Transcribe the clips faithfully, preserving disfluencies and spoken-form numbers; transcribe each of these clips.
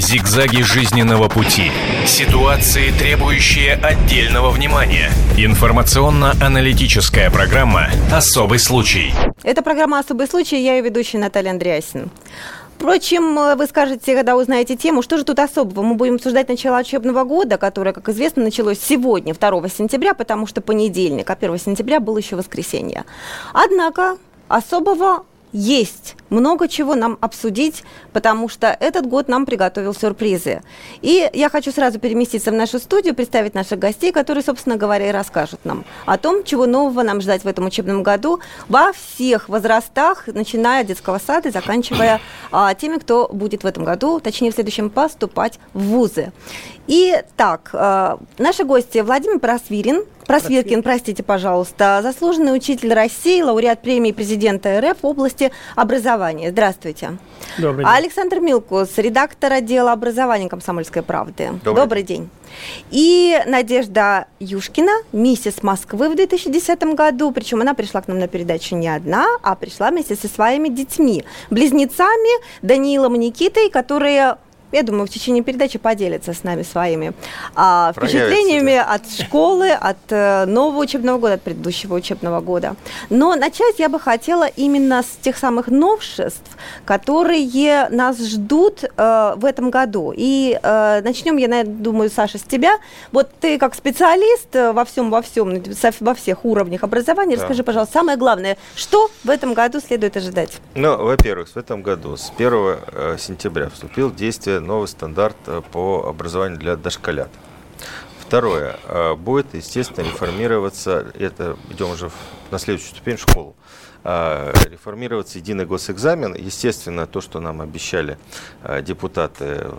Зигзаги жизненного пути. Ситуации, требующие отдельного внимания. Информационно-аналитическая программа «Особый случай». Это программа «Особый случай», я ее ведущая Наталья Андреасин. Впрочем, вы скажете, когда узнаете тему, что же тут особого? Мы будем обсуждать начало учебного года, которое, как известно, началось сегодня, второго сентября, потому что понедельник, а первого сентября было еще воскресенье. Однако особого есть много чего нам обсудить, потому что этот год нам приготовил сюрпризы. И я хочу сразу переместиться в нашу студию, представить наших гостей, которые, собственно говоря, и расскажут нам о том, чего нового нам ждать в этом учебном году во всех возрастах, начиная от детского сада и заканчивая а, теми, кто будет в этом году, точнее в следующем, поступать в вузы. И так, а, наши гости: Владимир Просвирин, Просвиркин, простите, пожалуйста, заслуженный учитель России, лауреат премии президента РФ в области образования. Здравствуйте. Добрый день. Александр Милкус, редактор отдела образования «Комсомольской правды». Добрый, Добрый день. И Надежда Юшкина, миссис Москвы в две тысячи десятом году, причем она пришла к нам на передачу не одна, а пришла вместе со своими детьми, близнецами Даниилом и Никитой, которые... Я думаю, в течение передачи поделятся с нами своими а, впечатлениями да. от школы, от э, нового учебного года, от предыдущего учебного года. Но начать я бы хотела именно с тех самых новшеств, которые нас ждут э, в этом году. И э, начнем, я думаю, Саша, с тебя. Вот ты как специалист во всем, во всем, во всех уровнях образования, да. расскажи, пожалуйста, самое главное, что в этом году следует ожидать? Ну, во-первых, в этом году с первого сентября вступил в действие новый стандарт по образованию для дошколят. Второе. Будет, естественно, реформироваться, это идем уже на следующую ступень, в школу, реформироваться единый госэкзамен. Естественно, то, что нам обещали депутаты,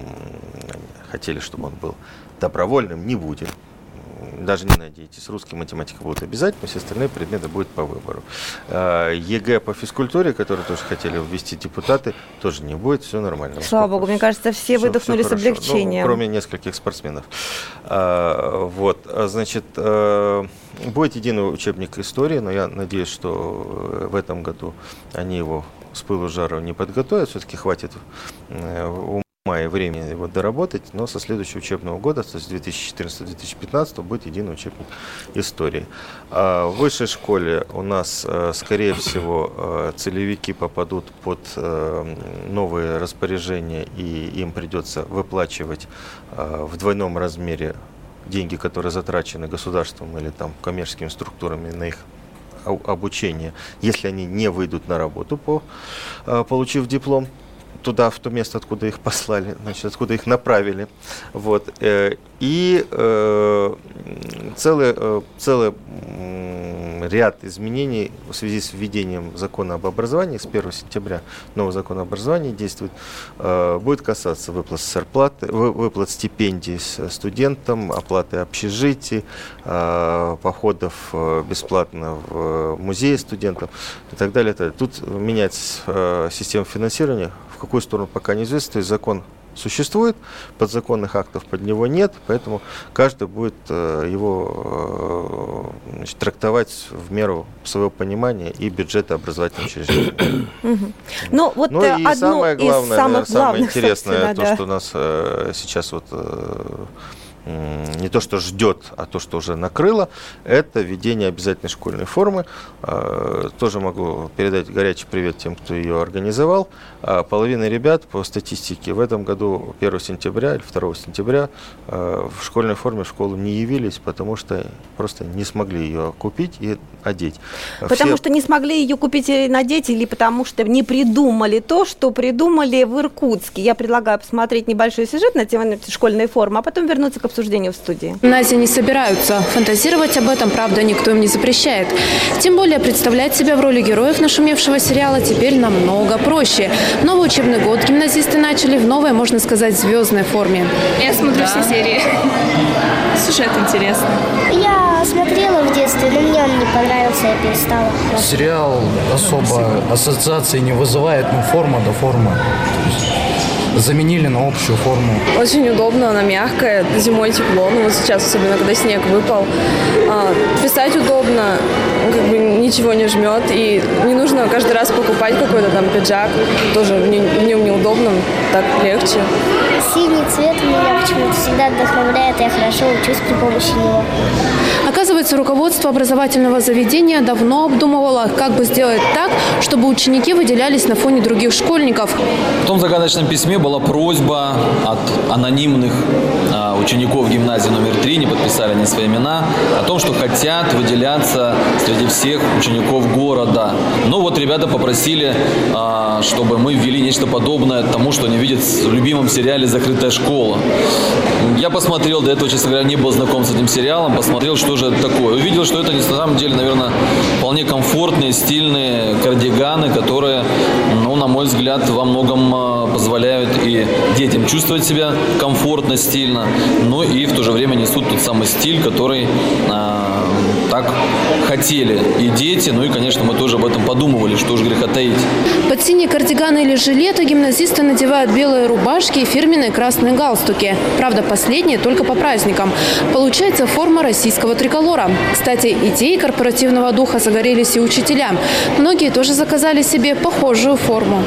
хотели, чтобы он был добровольным, не будет. Даже не надейтесь, русский, математика будут обязательно, все остальные предметы будут по выбору. ЕГЭ по физкультуре, который тоже хотели ввести депутаты, тоже не будет, все нормально. Слава Богу, мне кажется, все, все выдохнули все с облегчением. Ну, кроме нескольких спортсменов. Вот, значит, будет единый учебник истории, но я надеюсь, что в этом году они его с пылу с жару не подготовят, все-таки хватит ума и времени его доработать, но со следующего учебного года, то есть две тысячи четырнадцатого — две тысячи пятнадцатого, будет единый учебник истории. В высшей школе у нас, скорее всего, целевики попадут под новые распоряжения, и им придется выплачивать в двойном размере деньги, которые затрачены государством или там коммерческими структурами на их обучение, если они не выйдут на работу, по, получив диплом туда, в то место, откуда их послали, значит, откуда их направили. Вот. И э, целый, э, целый ряд изменений в связи с введением закона об образовании. С первого сентября новый закон об образовании действует. Э, будет касаться выплат зарплаты, выплат стипендий студентам, оплаты общежитий, э, походов бесплатно в музеи студентов и так далее. Тут меняется э, система финансирования. В какую сторону пока неизвестно, то есть закон существует, подзаконных актов под него нет, поэтому каждый будет э, его э, значит, трактовать в меру своего понимания и бюджета образовательного учреждения. Ну, вот ну и самое главное, наверное, самое интересное, то, да. что нас э, сейчас вот э, не то, что ждет, а то, что уже накрыло, это введение обязательной школьной формы. Тоже могу передать горячий привет тем, кто ее организовал. Половина ребят, по статистике, в этом году первого сентября или второго сентября в школьной форме в школу не явились, потому что просто не смогли ее купить и одеть. Потому Все... что не смогли ее купить и надеть, или потому что не придумали то, что придумали в Иркутске. Я предлагаю посмотреть небольшой сюжет на тему школьной формы, а потом вернуться к обсуждению в студии. Гимназии не собираются. Фантазировать об этом, правда, никто им не запрещает. Тем более представлять себя в роли героев нашумевшего сериала теперь намного проще. Новый учебный год гимназисты начали в новой, можно сказать, звездной форме. Я смотрю да. все серии. Сюжет интересный. Я смотрела в детстве, но мне он не понравился, я перестала. Сериал особо ассоциации не вызывает, но форма да форма. Заменили на общую форму. Очень удобно, она мягкая, зимой тепло, ну вот сейчас, особенно когда снег выпал. А, писать удобно, как бы ничего не жмет, и не нужно каждый раз покупать какой-то там пиджак, тоже в нем неудобно, так легче. Синий цвет меня почему-то всегда вдохновляет, я хорошо учусь при помощи него. Оказывается, руководство образовательного заведения давно обдумывало, как бы сделать так, чтобы ученики выделялись на фоне других школьников. В том загадочном письме была просьба от анонимных а, учеников гимназии номер три, не подписали они свои имена, о том, что хотят выделяться среди всех учеников города. Ну вот ребята попросили, а, чтобы мы ввели нечто подобное тому, что они видят в любимом сериале «Закрытая школа». Я посмотрел, до этого, честно говоря, не был знаком с этим сериалом, посмотрел, что же это такое. Увидел, что это на самом деле, наверное, вполне комфортные, стильные кардиганы, которые, ну, на мой взгляд, во многом позволяют и детям чувствовать себя комфортно, стильно, но и в то же время несут тот самый стиль, который а, так хотели и дети, ну и, конечно, мы тоже об этом подумывали, что уж греха таить. Под синие кардиганы или жилеты гимназисты надевают белые рубашки и фирменные красные галстуки. Правда, последние только по праздникам. Получается форма российского триколора. Кстати, идеей корпоративного духа загорелись и учителя. Многие тоже заказали себе похожую форму.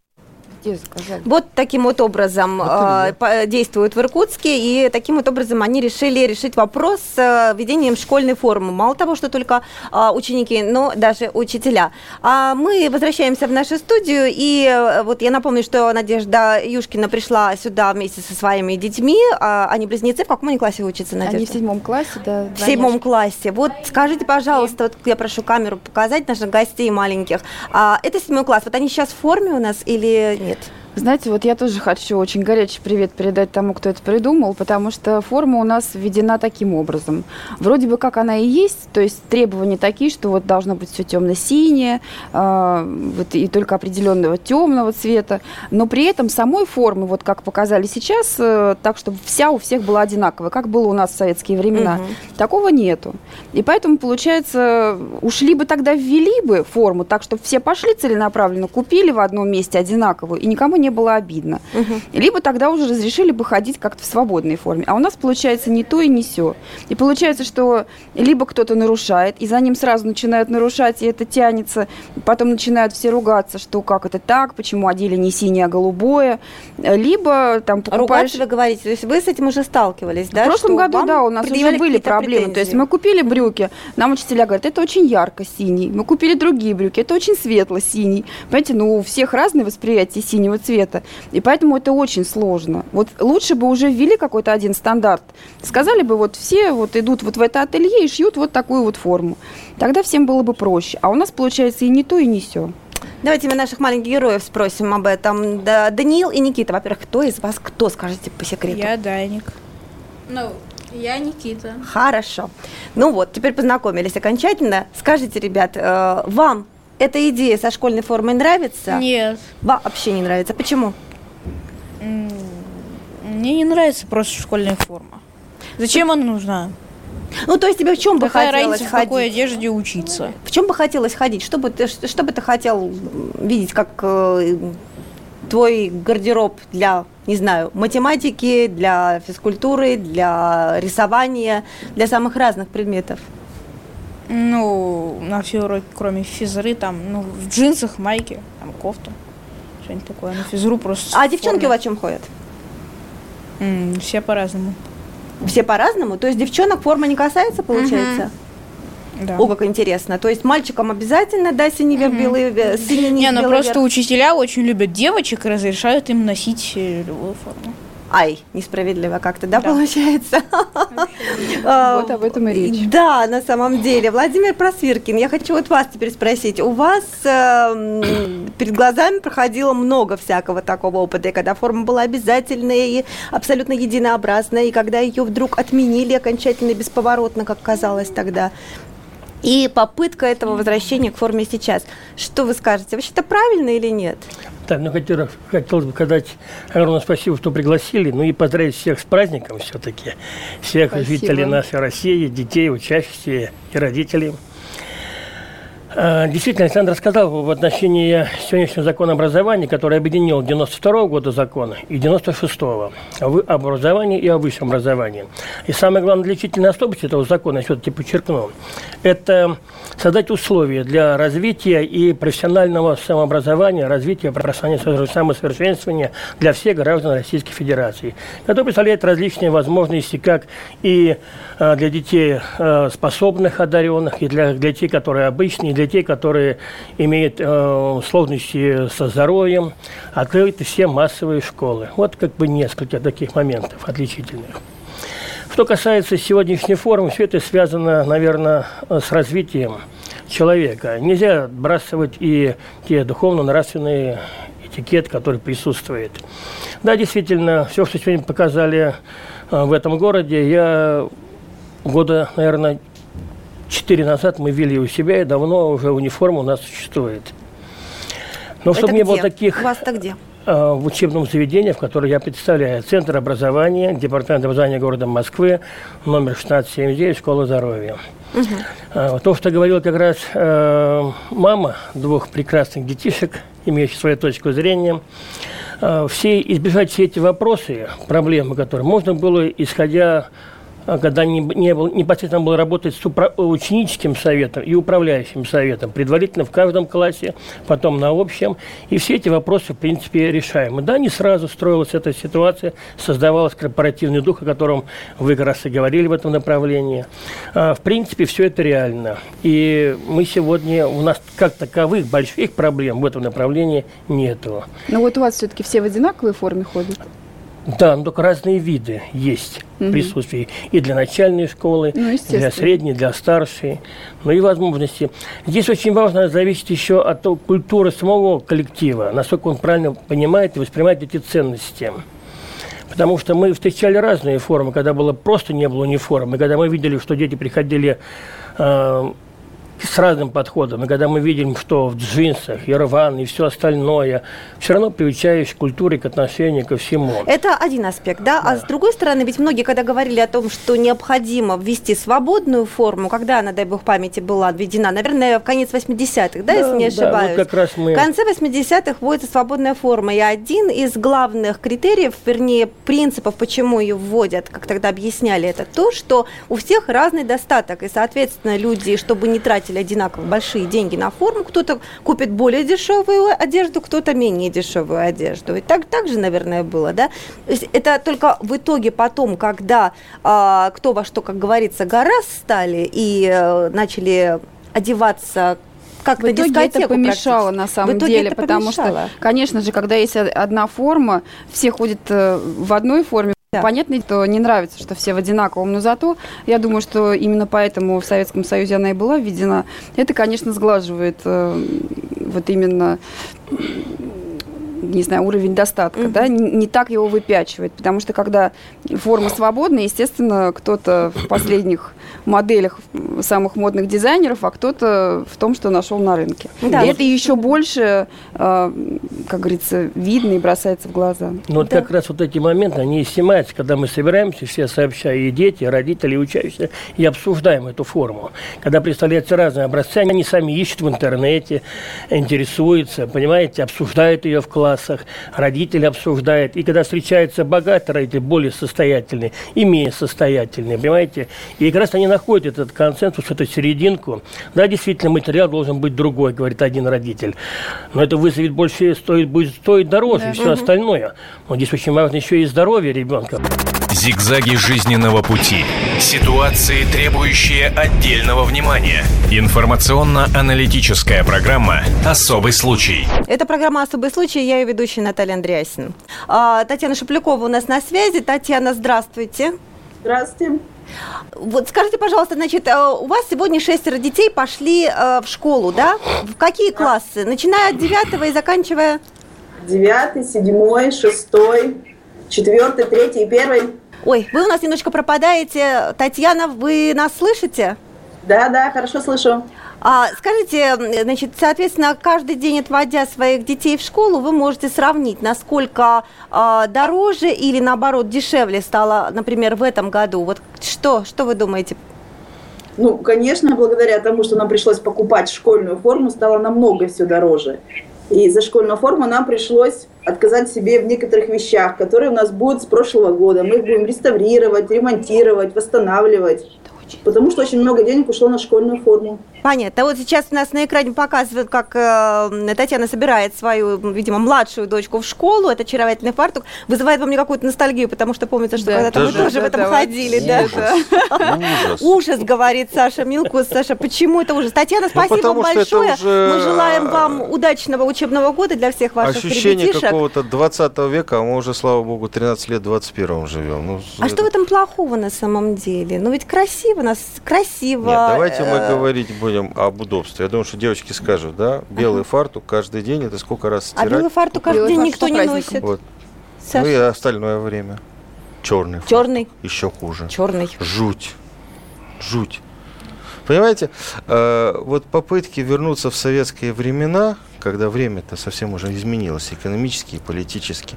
Вот таким вот образом э, действуют в Иркутске, и таким вот образом они решили решить вопрос с э, введением школьной формы. Мало того, что только э, ученики, но даже учителя. А мы возвращаемся в нашу студию, и э, вот я напомню, что Надежда Юшкина пришла сюда вместе со своими детьми. А, они близнецы. В каком они классе учатся, Надежда? Они в седьмом классе, да. В седьмом классе. Вот скажите, пожалуйста, вот я прошу камеру показать наших гостей маленьких. А, это седьмой класс. Вот они сейчас в форме у нас или нет? Знаете, вот я тоже хочу очень горячий привет передать тому, кто это придумал, потому что форма у нас введена таким образом. Вроде бы как она и есть, то есть требования такие, что вот должно быть все темно-синее, э, вот, и только определенного темного цвета, но при этом самой формы, вот как показали сейчас, э, так, чтобы вся у всех была одинаковая, как было у нас в советские времена, угу. Такого нету. И поэтому, получается, ушли бы тогда, ввели бы форму так, чтобы все пошли целенаправленно, купили в одном месте одинаковую, и никому не было обидно. Угу. Либо тогда уже разрешили бы ходить как-то в свободной форме. А у нас получается не то и не сё. И получается, что либо кто-то нарушает, и за ним сразу начинают нарушать, и это тянется, потом начинают все ругаться, что как это так, почему одели не синее, а голубое. Либо там покупаешь... Ругаться вы говорите, то есть вы с этим уже сталкивались, да? В прошлом году, да, у нас уже были проблемы. Претензии. То есть мы купили брюки, нам учителя говорят, это очень ярко синий. Мы купили другие брюки, это очень светло синий. Понимаете, ну у всех разное восприятие синего цвета. Цвета. И поэтому это очень сложно. Вот лучше бы уже ввели какой-то один стандарт. Сказали бы, вот все вот идут вот в это ателье и шьют вот такую вот форму. Тогда всем было бы проще. А у нас получается и не то, и не сё. Давайте мы наших маленьких героев спросим об этом. Да, Даниил и Никита. Во-первых, кто из вас кто, скажите по секрету? Я Даник. Ну, я Никита. Хорошо. Ну вот, теперь познакомились окончательно. Скажите, ребят, э, вам эта идея со школьной формой нравится? Нет. Вообще не нравится. Почему? Мне не нравится просто школьная форма. Зачем она нужна? Ну, то есть тебе в чем бы Какая хотелось разница, ходить? в какой одежде учиться? В чем бы хотелось ходить? Что бы ты, что бы ты хотел видеть как э, твой гардероб для, не знаю, математики, для физкультуры, для рисования, для самых разных предметов? Ну, на все уроки, кроме физры, там, ну, в джинсах, майке, там, кофта, что-нибудь такое. На физру просто... А девчонки в чем ходят? М-м, все по-разному. Все по-разному? То есть девчонок форма не касается, получается? Угу. Да. О, как интересно. То есть мальчикам обязательно, да, сине-белые, угу. синий низ, Не, ну белый просто верх. Учителя очень любят девочек и разрешают им носить любую форму. Ай, несправедливо как-то, да, да. получается? Вот об этом и речь. Да, на самом деле. Владимир Просвиркин, я хочу вот вас теперь спросить. У вас перед глазами проходило много всякого такого опыта, и когда форма была обязательная и абсолютно единообразная, и когда ее вдруг отменили окончательно и бесповоротно, как казалось тогда. И попытка этого возвращения к форме сейчас. Что вы скажете? Вообще это правильно или нет? Так, ну, хотел, хотелось бы сказать огромное спасибо, что пригласили, ну и поздравить всех с праздником все-таки. Всех Спасибо. жителей нашей России, детей, учащихся и родителей. Действительно, Александр сказал в отношении сегодняшнего закона образования, который объединил девяносто второго года закона и девяносто шестого об образовании и о высшем образовании. И самая главная отличительная особенность этого закона, я все-таки подчеркну, это создать условия для развития и профессионального самообразования, развития профессионального самосовершенствования для всех граждан Российской Федерации, который представляет различные возможности как и для детей способных, одаренных, и для, для детей, которые обычные, и для детей, которые имеют э, сложности со здоровьем, открыты все массовые школы. Вот как бы несколько таких моментов отличительных. Что касается сегодняшней формы, все это связано, наверное, с развитием человека. Нельзя отбрасывать и те духовно-нравственные этикет, который присутствует. Да, действительно, все, что сегодня показали э, в этом городе, я года, наверное, четыре назад мы ввели у себя, и давно уже униформа у нас существует. Но чтобы не было таких... У вас-то где? Э, в учебном заведении, в котором я представляю. Центр образования, департамент образования города Москвы, номер шестнадцать семьдесят девять, школа здоровья. Угу. Э, то, что говорила как раз э, мама двух прекрасных детишек, имеющих свою точку зрения, э, все, избежать все эти вопросы, проблемы, которые можно было, исходя... когда не, не был, непосредственно было работать с упра- ученическим советом и управляющим советом, предварительно в каждом классе, потом на общем. И все эти вопросы, в принципе, решаемы. Да, не сразу строилась эта ситуация, создавался корпоративный дух, о котором вы как раз и говорили в этом направлении. А, в принципе, все это реально. И мы сегодня, у нас как таковых больших проблем в этом направлении нету. Но вот у вас все-таки все в одинаковой форме ходят? Да, но только разные виды есть угу. присутствие и для начальной школы, ну, для средней, для старшей, ну и возможности. Здесь очень важно зависеть еще от культуры самого коллектива, насколько он правильно понимает и воспринимает эти ценности. Потому что мы встречали разные формы, когда было просто не было униформы, когда мы видели, что дети приходили э, с разным подходом. И когда мы видим, что в джинсах, и рван, и все остальное, все равно приучаешь к культуре, к отношению ко всему. Это один аспект, да? да? А с другой стороны, ведь многие, когда говорили о том, что необходимо ввести свободную форму, когда она, дай бог памяти, была введена, наверное, в конец восьмидесятых, да, да если не ошибаюсь? Да, вот как раз мы... В конце восьмидесятых вводится свободная форма, и один из главных критериев, вернее, принципов, почему ее вводят, как тогда объясняли, это то, что у всех разный достаток, и, соответственно, люди, чтобы не тратить одинаково большие деньги на форму, кто-то купит более дешевую одежду, кто-то менее дешевую одежду. И так, так же, наверное, было, да? То есть это только в итоге потом, когда э, кто во что, как говорится, гораздо стали и э, начали одеваться как в итоге это помешало на самом деле, потому помешало. Что, конечно же, когда есть одна форма, все ходят в одной форме. Да. Понятно, что не нравится, что все в одинаковом, но зато я думаю, что именно поэтому в Советском Союзе она и была введена. Это, конечно, сглаживает э, вот именно, не знаю, уровень достатка, mm-hmm. да, не, не так его выпячивает, потому что когда форма свободная, естественно, кто-то в последних моделях самых модных дизайнеров, а кто-то в том, что нашел на рынке. Да. И это еще больше, э, как говорится, видно и бросается в глаза. Ну вот да. как раз вот эти моменты, они и снимаются, когда мы собираемся, все сообща, и дети, и родители, и учащиеся, и обсуждаем эту форму. Когда представляются разные образцы, они сами ищут в интернете, интересуются, понимаете, обсуждают ее в классах, родители обсуждают. И когда встречаются богатые родители, более состоятельные, и менее состоятельные, понимаете, и как раз они находят этот консенсус, эту серединку. Да, действительно, материал должен быть другой, говорит один родитель. Но это вызовет больше, стоит, будет стоить дороже, да. и все угу. остальное. Но здесь очень важно еще и здоровье ребенка. Зигзаги жизненного пути. Ситуации, требующие отдельного внимания. Информационно-аналитическая программа «Особый случай». Это программа «Особый случай». Я ее ведущая Наталья Андреасин. А, Татьяна Шеплякова у нас на связи. Татьяна, здравствуйте. Здравствуйте. Вот скажите, пожалуйста, значит, у вас сегодня шестеро детей пошли в школу, да? В какие классы? Начиная от девятого и заканчивая? Девятый, седьмой, шестой, четвертый, третий и первый. Ой, вы у нас немножко пропадаете. Татьяна, вы нас слышите? Да, да, хорошо слышу. А, скажите, значит, соответственно, каждый день, отводя своих детей в школу, вы можете сравнить, насколько а, дороже или, наоборот, дешевле стало, например, в этом году. Вот что, что вы думаете? Ну, конечно, благодаря тому, что нам пришлось покупать школьную форму, стало намного все дороже. И за школьную форму нам пришлось отказать себе в некоторых вещах, которые у нас будут с прошлого года. Мы их будем реставрировать, ремонтировать, восстанавливать. Потому что очень много денег ушло на школьную форму. Понятно. Вот сейчас у нас на экране показывают, как э, Татьяна собирает свою, видимо, младшую дочку в школу. Это очаровательный фартук. Вызывает во мне какую-то ностальгию, потому что помнится, что да, когда-то мы тоже да, в этом да, ходили. Да. Ужас. Ужас, говорит Саша Милкус. Саша, почему это ужас? Татьяна, спасибо ну, вам большое. Уже... Мы желаем вам удачного учебного года для всех ваших Ощущение ребятишек. Какого-то двадцатого века, а мы уже, слава богу, тринадцать лет в двадцать первом живем. Ну, а это... что в этом плохого на самом деле? Ну ведь красиво, нас красиво. Нет, давайте мы говорить будем об удобстве. Я думаю, что девочки скажут, да, белый ага. фартук каждый день, это сколько раз стирать? А белый фартук каждый день никто не носит. Вот. Ну и остальное время. Черный фартук. Черный. Еще хуже. Черный. Жуть. Жуть. Понимаете, э, вот попытки вернуться в советские времена, когда время-то совсем уже изменилось, экономически и политически,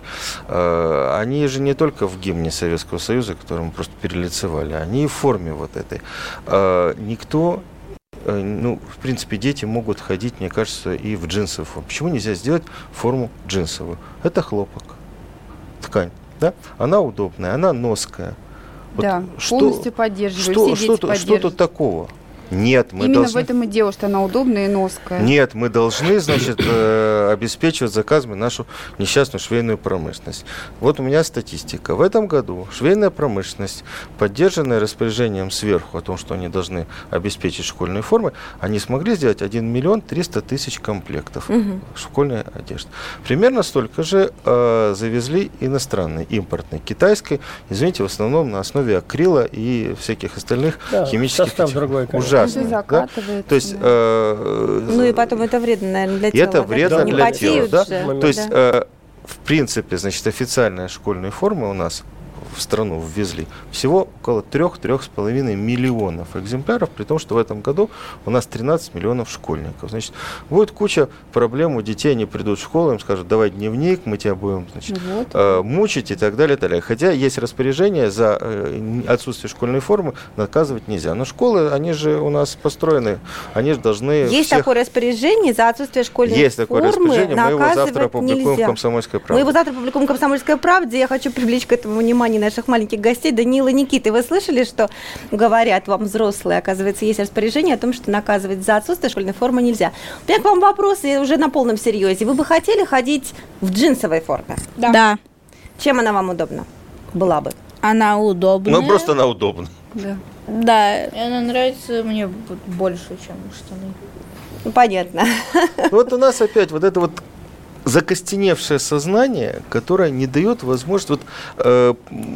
э, они же не только в гимне Советского Союза, который мы просто перелицевали, они и в форме вот этой. Э, никто, э, ну, в принципе, дети могут ходить, мне кажется, и в джинсовую форму. Почему нельзя сделать форму джинсовую? Это хлопок, ткань, да? Она удобная, она ноская. Да, вот полностью что, поддерживаю, что, все дети что, поддерживают. Что тут такого? Нет, мы Именно должны... в этом и дело, что она удобная и ноская. Нет, мы должны, значит, э, обеспечивать заказами нашу несчастную швейную промышленность. Вот у меня статистика. В этом году швейная промышленность, поддержанная распоряжением сверху о том, что они должны обеспечить школьные формы, они смогли сделать один миллион триста тысяч комплектов угу. школьной одежды. Примерно столько же э, завезли иностранной, импортной, китайской, извините, в основном на основе акрила и всяких остальных да, химических... Состав другой, конечно. Ужасно, да? То есть, э, ну и потом это вредно, наверное, для тела. Это вредно да? для тела, да? Же. То есть, да. э, в принципе, значит, официальная школьная форма у нас в страну ввезли всего около трех-трех с половиной миллионов экземпляров, при том, что в этом году у нас тринадцать миллионов школьников. Значит, будет куча проблем у детей, они придут в школу, им скажут, давай дневник, мы тебя будем значит, вот. э, мучить и так далее, и так далее. Хотя есть распоряжение за э, отсутствие школьной формы, наказывать нельзя. Но школы, они же у нас построены, они же должны Есть всех... такое распоряжение за отсутствие школьной есть формы, есть такое распоряжение, мы его завтра опубликуем нельзя. в «Комсомольской правде». Мы его завтра опубликуем в «Комсомольской правде». Я хочу привлечь к этому внимание наших маленьких гостей, Даниила и Никиты. Вы слышали, что говорят вам взрослые? Оказывается, есть распоряжение о том, что наказывать за отсутствие школьной формы нельзя. У меня к вам вопрос, и уже на полном серьезе. Вы бы хотели ходить в джинсовой форме? Да. да. Чем она вам удобна? Была бы? Она удобная. Ну, просто она удобна. Да. Да. И она нравится мне больше, чем штаны. Ну, понятно. Вот у нас опять вот это вот закостеневшее сознание, которое не дает возможность вот, э,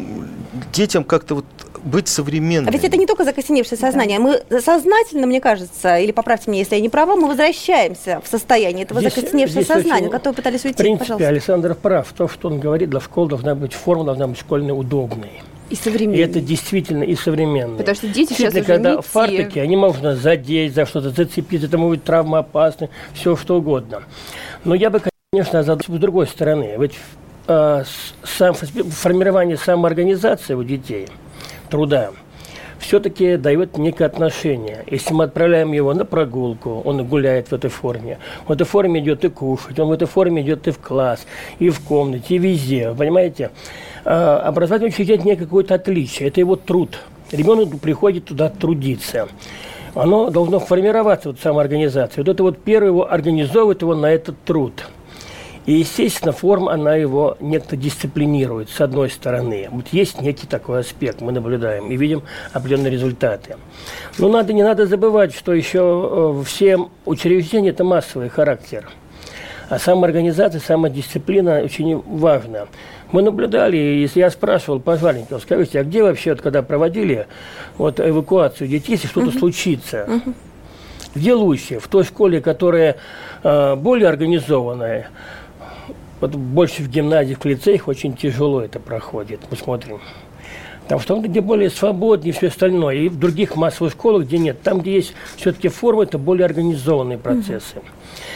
детям как-то вот быть современными. А ведь это не только закостеневшее сознание. Да. Мы сознательно, мне кажется, или поправьте меня, если я не права, мы возвращаемся в состояние этого здесь, закостеневшего здесь сознания, которое пытались уйти. В принципе, пожалуйста. Александр прав. То, что он говорит, для школ должна быть форма, должна быть школьная удобной. И современные. И это действительно и современные. Потому что дети сейчас уже когда не фартуки, те. они можно задеть, за что-то зацепить, это может быть травмоопасно, все что угодно. Но я бы, конечно, задался с другой стороны. Ведь э, сам, формирование самоорганизации у детей, труда, все-таки дает некое отношение. Если мы отправляем его на прогулку, он гуляет в этой форме. В этой форме идет и кушать, он в этой форме идет и в класс, и в комнате, и везде. Вы понимаете? А, образовательное учреждение нет какое-то отличие. Это его труд. Ребенок приходит туда трудиться. Оно должно формироваться, вот самоорганизация. Вот это вот первое его организовывает его на этот труд. И, естественно, форма, она его некто дисциплинирует, с одной стороны. Вот есть некий такой аспект, мы наблюдаем и видим определенные результаты. Но надо, не надо забывать, что еще э, все учреждения – это массовый характер. А самоорганизация, самодисциплина очень важна. Мы наблюдали, если я спрашивал пожарников, скажите, а где вообще, вот, когда проводили вот, эвакуацию детей, если что-то uh-huh. случится, uh-huh. где лучше? В той школе, которая э, более организованная, вот больше в гимназиях, в лицеях очень тяжело это проходит. Посмотрим. Там что где более свободнее все остальное. И в других массовых школах, где нет. Там, где есть все-таки форма, это более организованные процессы. Uh-huh.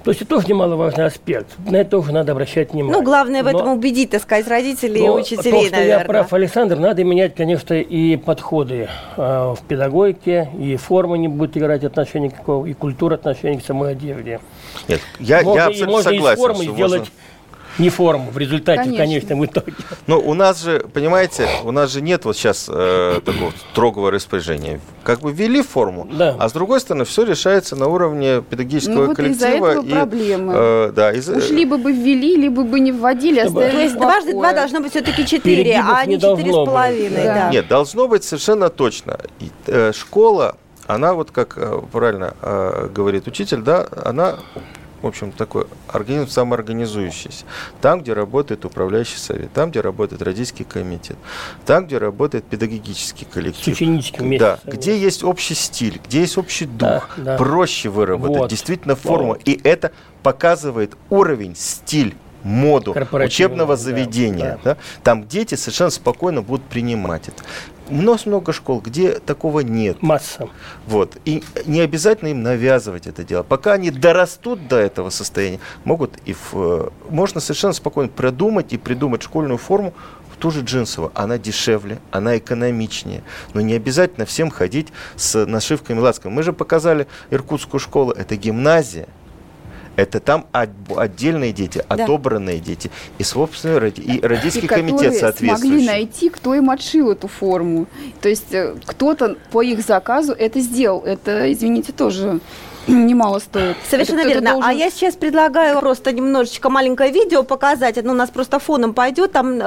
То есть это тоже немаловажный аспект. На это тоже надо обращать внимание. Ну, главное в этом Но, убедить, так сказать, родителей и но учителей, то, что наверное. я прав, Александр, надо менять, конечно, и подходы э, в педагогике, и форма не будет играть отношения никакого, и культура отношений к самой одежде. Нет, я, можно, я абсолютно можно согласен. Из формы сделать... Можно... Не форму в результате, конечно. конечно, в итоге. Но у нас же, понимаете, у нас же нет вот сейчас э, такого строгого распоряжения. Как бы ввели форму, да. а с другой стороны все решается на уровне педагогического ну, вот коллектива. Из-за этого и, проблемы. Э, да, из... Уж либо бы ввели, либо бы не вводили, оставили. То есть дважды два должно быть все-таки четыре, а не четыре с половиной. Да. Да. Нет, должно быть совершенно точно. И, э, школа, она вот как э, правильно э, говорит учитель, да, она... в общем, такой организм самоорганизующийся. Там, где работает управляющий совет, там, где работает родительский комитет, там, где работает педагогический коллектив. С ученическим вместе. Да, где есть общий стиль, где есть общий дух, да, да. проще выработать вот. действительно форму. Вот. И это показывает уровень, стиль, моду учебного заведения. Да, да. Там дети совершенно спокойно будут принимать это. У нас много школ, где такого нет. Масса. Вот. И не обязательно им навязывать это дело. Пока они дорастут до этого состояния, могут и в, можно совершенно спокойно продумать и придумать школьную форму, ту же джинсовую. Она дешевле, она экономичнее. Но не обязательно всем ходить с нашивками лацками. Мы же показали иркутскую школу. Это гимназия. Это там отдельные дети, да. отобранные дети. И, собственно, роди... и родительский и комитет соответствующий. Смогли найти, кто им отшил эту форму. То есть кто-то по их заказу это сделал. Это, извините, тоже... немало стоит. Совершенно это верно. Должен... А я сейчас предлагаю просто немножечко маленькое видео показать. Оно у нас просто фоном пойдет. Там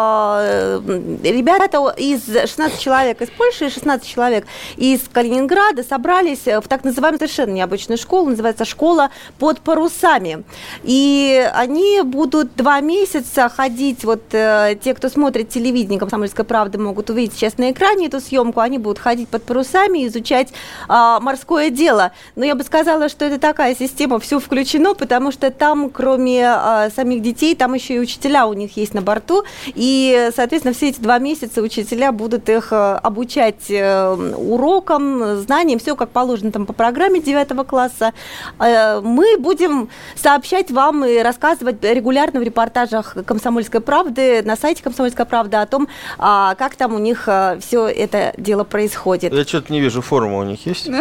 э, ребята из шестнадцати человек из Польши и шестнадцать человек из Калининграда собрались в так называемую совершенно необычную школу. Называется «Школа под парусами». И они будут два месяца ходить. Вот э, те, кто смотрит телевидение «Комсомольской правды», могут увидеть сейчас на экране эту съемку. Они будут ходить под парусами и изучать э, морское дело. Но я бы сказала, что это такая система, все включено, потому что там, кроме а, самих детей, там еще и учителя у них есть на борту, и, соответственно, все эти два месяца учителя будут их а, обучать а, урокам, знаниям, все как положено там по программе девятого класса. А, мы будем сообщать вам и рассказывать регулярно в репортажах «Комсомольской правды», на сайте «Комсомольской правды» о том, а, как там у них а, все это дело происходит. Я что-то не вижу, форма у них есть?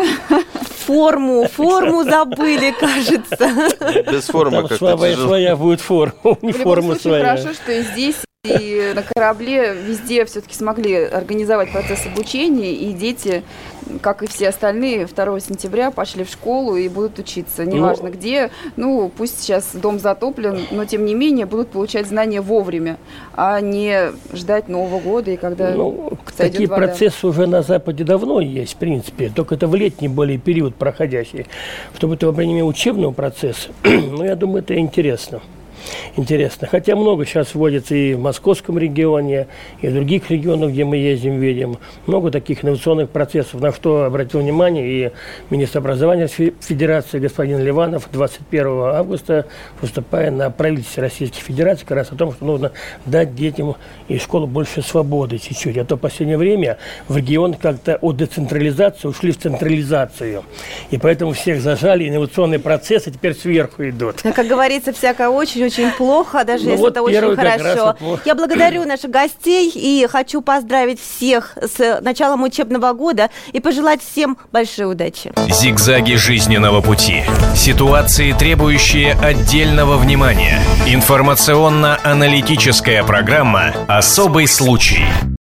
Форму, форму забыли, кажется. Без формы как-то своя, своя будет форма, не форма своя. Хорошо, что и здесь, и на корабле везде все-таки смогли организовать процесс обучения, и дети, как и все остальные, второго сентября пошли в школу и будут учиться. Неважно ну, где, ну, пусть сейчас дом затоплен, но тем не менее будут получать знания вовремя, а не ждать Нового года, и когда ну, такие вода. Процессы уже на Западе давно есть, в принципе, только это в летний более период проходящий. Чтобы это во время учебного процесса, ну, я думаю, это интересно. Интересно. Хотя много сейчас вводится и в московском регионе, и в других регионах, где мы ездим, видим. Много таких инновационных процессов, на что обратил внимание и министр образования Федерации господин Ливанов двадцать первого августа, выступая на правительстве Российской Федерации, как раз о том, что нужно дать детям и школу больше свободы чуть-чуть. А то в последнее время в регионах как-то от децентрализации ушли в централизацию. И поэтому всех зажали, инновационные процессы теперь сверху идут. Но, как говорится, всякое очень очень плохо, даже ну если вот это очень хорошо. Я благодарю наших гостей и хочу поздравить всех с началом учебного года и пожелать всем большой удачи. Зигзаги жизненного пути. Ситуации, требующие отдельного внимания. Информационно-аналитическая программа «Особый случай».